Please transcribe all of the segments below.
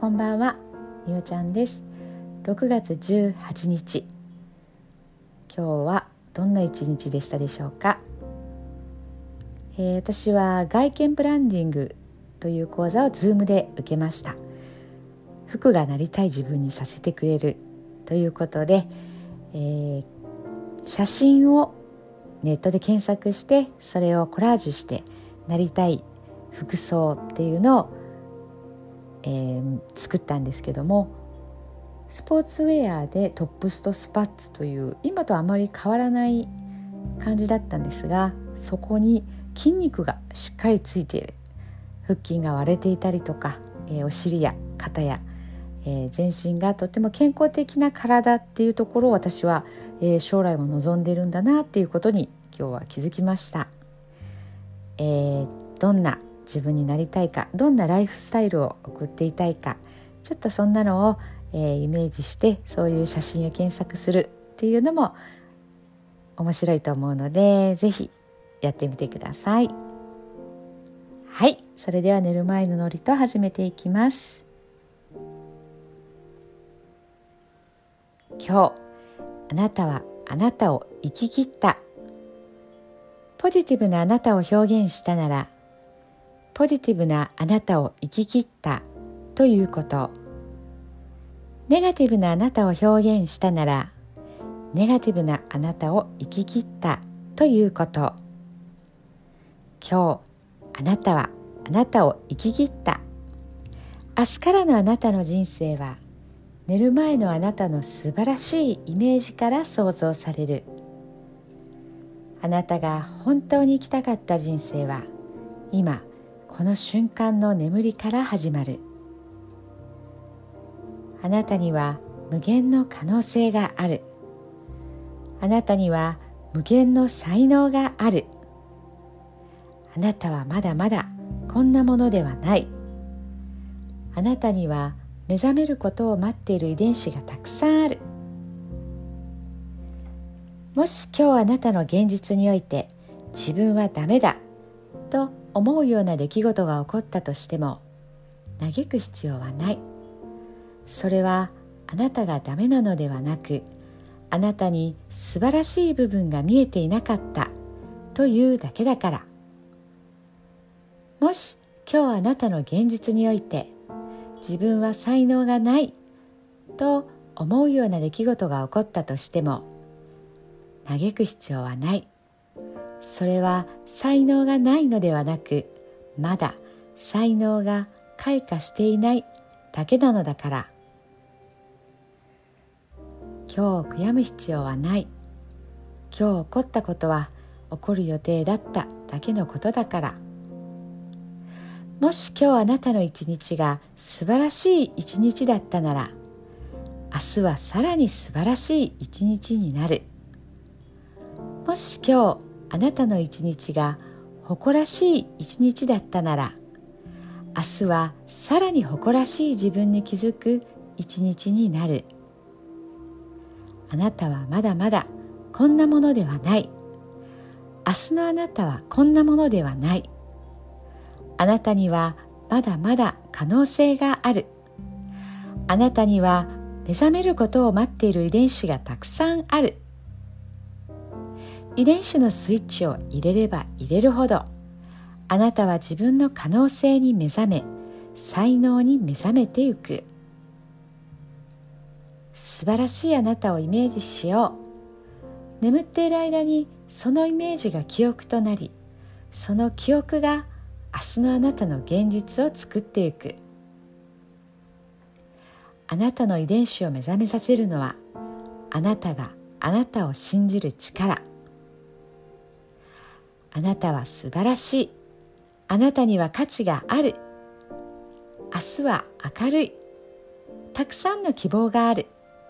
こんばんは、みおちゃんです。6月18日、今日はどんな一日でしたでしょうか。私は外見ブランディングという講座を Zoom で受けました。服がなりたい自分にさせてくれるということで、写真をネットで検索してそれをコラージュしてなりたい服装っていうのを、作ったんですけども、スポーツウェアでトップスとスパッツという今とあまり変わらない感じだったんですが、そこに筋肉がしっかりついている、腹筋が割れていたりとか、お尻や肩や、全身がとても健康的な体っていうところを私は、将来も望んでいるんだなっていうことに今日は気づきました。どんな自分になりたいか、どんなライフスタイルを送っていたいか、ちょっとそんなのを、イメージしてそういう写真を検索するっていうのも面白いと思うので、ぜひやってみてください。はい、それでは寝る前のノリと始めていきます。今日あなたはあなたを生き切った。ポジティブなあなたを表現したなら、ポジティブなあなたを生き切ったということ。ネガティブなあなたを表現したなら、ネガティブなあなたを生き切ったということ。今日あなたはあなたを生き切った。明日からのあなたの人生は、寝る前のあなたの素晴らしいイメージから想像される。あなたが本当に生きたかった人生は、今この瞬間の眠りから始まる。あなたには無限の可能性がある。あなたには無限の才能がある。あなたはまだまだこんなものではない。あなたには目覚めることを待っている遺伝子がたくさんある。もし今日あなたの現実において自分はダメだと思うような出来事が起こったとしても、嘆く必要はない。それはあなたがダメなのではなく、あなたに素晴らしい部分が見えていなかったというだけだから。もし今日あなたの現実において自分は才能がないと思うような出来事が起こったとしても、嘆く必要はない。それは才能がないのではなく、まだ才能が開花していないだけなのだから。今日悔やむ必要はない。今日起こったことは起こる予定だっただけのことだから。もし今日あなたの一日が素晴らしい一日だったなら、明日はさらに素晴らしい一日になる。もし今日あなたの一日が誇らしい一日だったなら、明日はさらに誇らしい自分に気づく一日になる。あなたはまだまだこんなものではない。明日のあなたはこんなものではない。あなたにはまだまだ可能性がある。あなたには目覚めることを待っている遺伝子がたくさんある。遺伝子のスイッチを入れれば入れるほど、あなたは自分の可能性に目覚め、才能に目覚めていく。素晴らしいあなたをイメージしよう。眠っている間にそのイメージが記憶となり、その記憶が明日のあなたの現実を作っていく。あなたの遺伝子を目覚めさせるのは、あなたがあなたを信じる力。あなたは素晴らしい。あなたには価値がある。明日は明るい。たくさんの希望がある。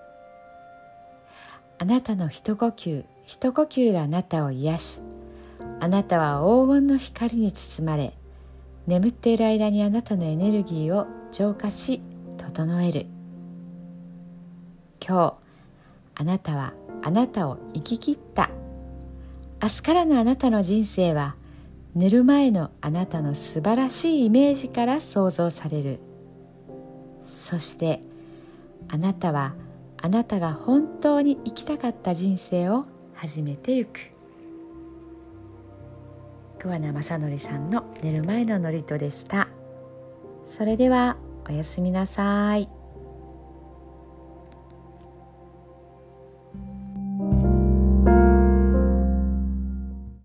あなたの一呼吸一呼吸があなたを癒し、あなたは黄金の光に包まれ、眠っている間にあなたのエネルギーを浄化し整える。今日あなたはあなたを生き切った。明日からのあなたの人生は、寝る前のあなたの素晴らしいイメージから想像される。 そしてあなたはあなたが本当に生きたかった人生を始めてゆく。桑名正則さんの寝る前の祝詞でした。それではおやすみなさい。